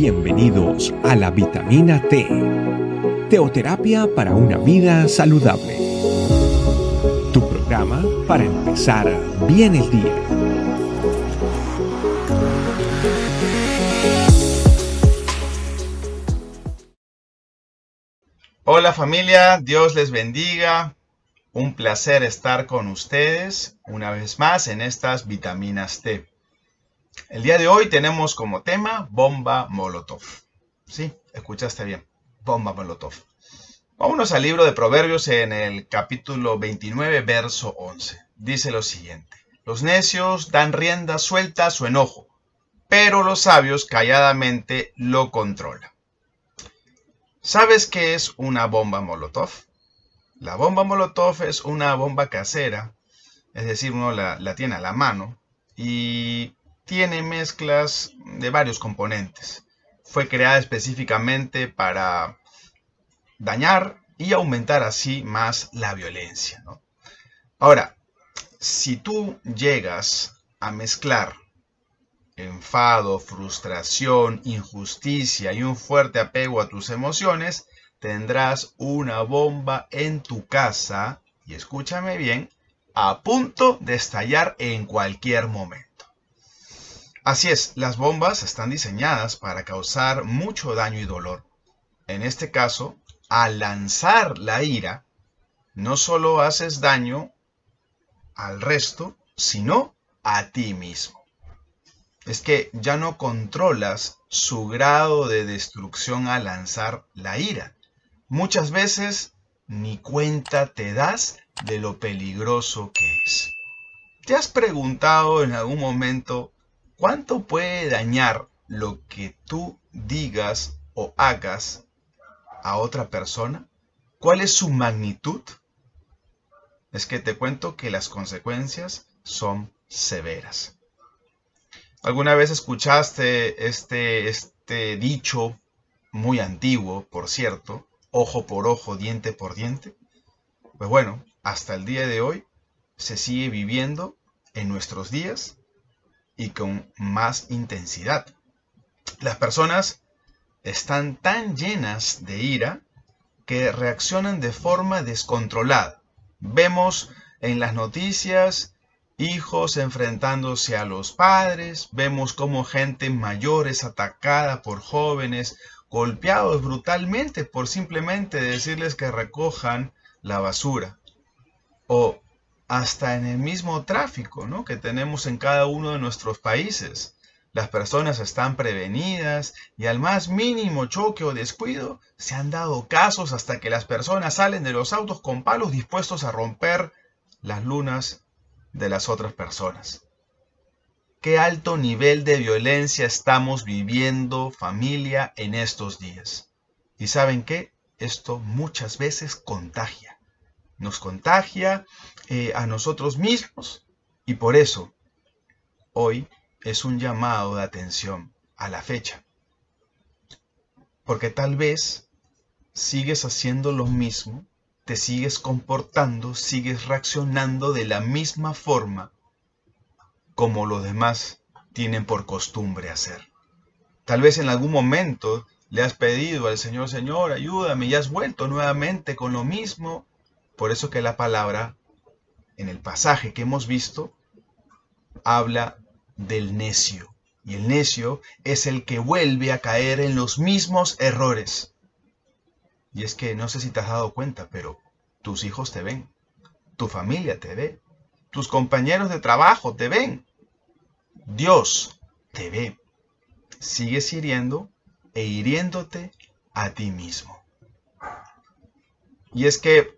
Bienvenidos a la Vitamina T, teoterapia para una vida saludable. Tu programa para empezar bien el día. Hola familia, Dios les bendiga. Un placer estar con ustedes una vez más en estas vitaminas T. El día de hoy tenemos como tema bomba Molotov. Sí, escuchaste bien, bomba Molotov. Vámonos al libro de Proverbios en el capítulo 29, verso 11. Dice lo siguiente: los necios dan rienda suelta a su enojo, pero los sabios calladamente lo controlan. ¿Sabes qué es una bomba Molotov? La bomba Molotov es una bomba casera, es decir, uno la tiene a la mano y tiene mezclas de varios componentes. Fue creada específicamente para dañar y aumentar así más la violencia, ¿no? Ahora, si tú llegas a mezclar enfado, frustración, injusticia y un fuerte apego a tus emociones, tendrás una bomba en tu casa, y escúchame bien, a punto de estallar en cualquier momento. Así es, las bombas están diseñadas para causar mucho daño y dolor. En este caso, al lanzar la ira, no solo haces daño al resto, sino a ti mismo. Es que ya no controlas su grado de destrucción al lanzar la ira. Muchas veces ni cuenta te das de lo peligroso que es. ¿Te has preguntado en algún momento cuánto puede dañar lo que tú digas o hagas a otra persona? ¿Cuál es su magnitud? Es que te cuento que las consecuencias son severas. ¿Alguna vez escuchaste este dicho muy antiguo, por cierto, ojo por ojo, diente por diente? Pues bueno, hasta el día de hoy se sigue viviendo en nuestros días y con más intensidad. Las personas están tan llenas de ira que reaccionan de forma descontrolada. Vemos en las noticias hijos enfrentándose a los padres, vemos cómo gente mayor es atacada por jóvenes, golpeados brutalmente por simplemente decirles que recojan la basura. O hasta en el mismo tráfico, ¿no?, que tenemos en cada uno de nuestros países. Las personas están prevenidas y al más mínimo choque o descuido se han dado casos hasta que las personas salen de los autos con palos dispuestos a romper las lunas de las otras personas. ¿Qué alto nivel de violencia estamos viviendo, familia, en estos días? ¿Y saben qué? Esto muchas veces contagia. Nos contagia a nosotros mismos, y por eso hoy es un llamado de atención a la fecha. Porque tal vez sigues haciendo lo mismo, te sigues comportando, sigues reaccionando de la misma forma como los demás tienen por costumbre hacer. Tal vez en algún momento le has pedido al Señor: Señor, ayúdame, y has vuelto nuevamente con lo mismo. Por eso que la palabra, en el pasaje que hemos visto, habla del necio. Y el necio es el que vuelve a caer en los mismos errores. Y es que no sé si te has dado cuenta, pero tus hijos te ven, tu familia te ve, tus compañeros de trabajo te ven, Dios te ve. Sigues hiriendo e hiriéndote a ti mismo. Y es que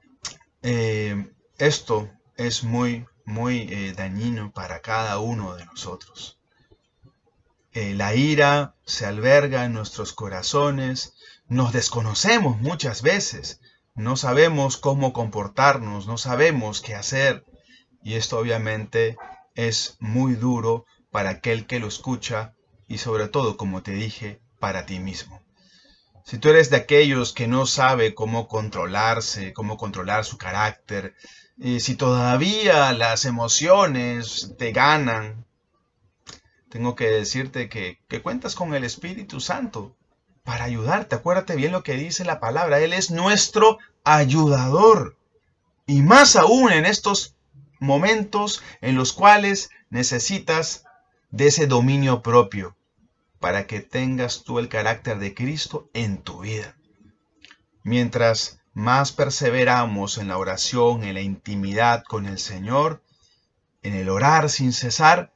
esto es muy dañino para cada uno de nosotros. La ira se alberga en nuestros corazones, nos desconocemos muchas veces, no sabemos cómo comportarnos, no sabemos qué hacer, y esto obviamente es muy duro para aquel que lo escucha y sobre todo, como te dije, para ti mismo. Si tú eres de aquellos que no sabe cómo controlarse, cómo controlar su carácter, si todavía las emociones te ganan, tengo que decirte que cuentas con el Espíritu Santo para ayudarte. Acuérdate bien lo que dice la palabra. Él es nuestro ayudador. Y más aún en estos momentos en los cuales necesitas de ese dominio propio para que tengas tú el carácter de Cristo en tu vida. Mientras más perseveramos en la oración, en la intimidad con el Señor, en el orar sin cesar,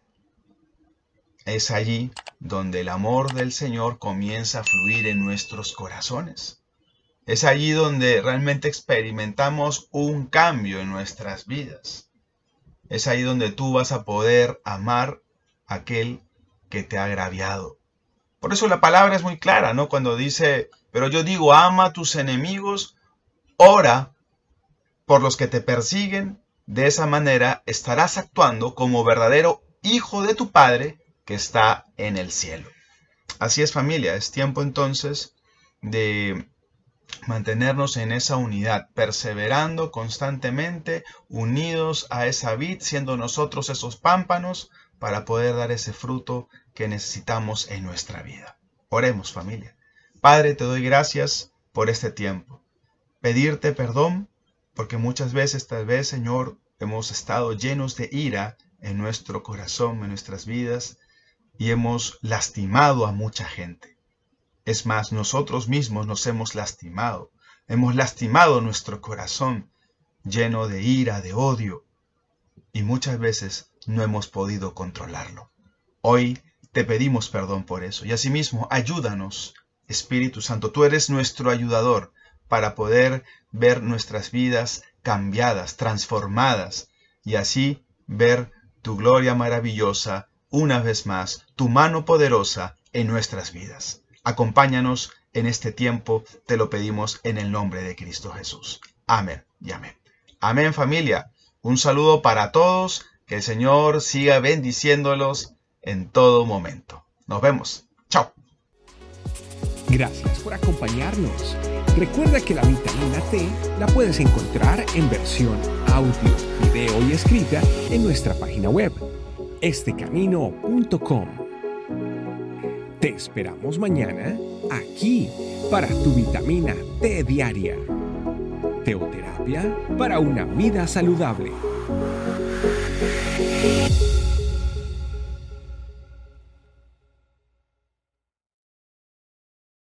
es allí donde el amor del Señor comienza a fluir en nuestros corazones. Es allí donde realmente experimentamos un cambio en nuestras vidas. Es ahí donde tú vas a poder amar a aquel que te ha agraviado. Por eso la palabra es muy clara, ¿no? Cuando dice, pero yo digo, ama a tus enemigos, ora por los que te persiguen. De esa manera estarás actuando como verdadero hijo de tu Padre que está en el cielo. Así es, familia, es tiempo entonces de mantenernos en esa unidad, perseverando constantemente, unidos a esa vid, siendo nosotros esos pámpanos para poder dar ese fruto que necesitamos en nuestra vida. Oremos, familia. Padre, te doy gracias por este tiempo. Pedirte perdón porque muchas veces, tal vez, Señor, hemos estado llenos de ira en nuestro corazón, en nuestras vidas, y hemos lastimado a mucha gente. Es más, nosotros mismos nos hemos lastimado nuestro corazón lleno de ira, de odio, y muchas veces no hemos podido controlarlo. Hoy te pedimos perdón por eso, y asimismo, ayúdanos, Espíritu Santo, tú eres nuestro ayudador para poder ver nuestras vidas cambiadas, transformadas, y así ver tu gloria maravillosa, una vez más, tu mano poderosa en nuestras vidas. Acompáñanos en este tiempo, te lo pedimos en el nombre de Cristo Jesús. Amén y amén. Amén, familia. Un saludo para todos. Que el Señor siga bendiciéndolos en todo momento. Nos vemos. Chao. Gracias por acompañarnos. Recuerda que la vitamina T la puedes encontrar en versión audio, video y escrita en nuestra página web, estecamino.com. Te esperamos mañana aquí para tu vitamina T diaria. Teoterapia para una vida saludable.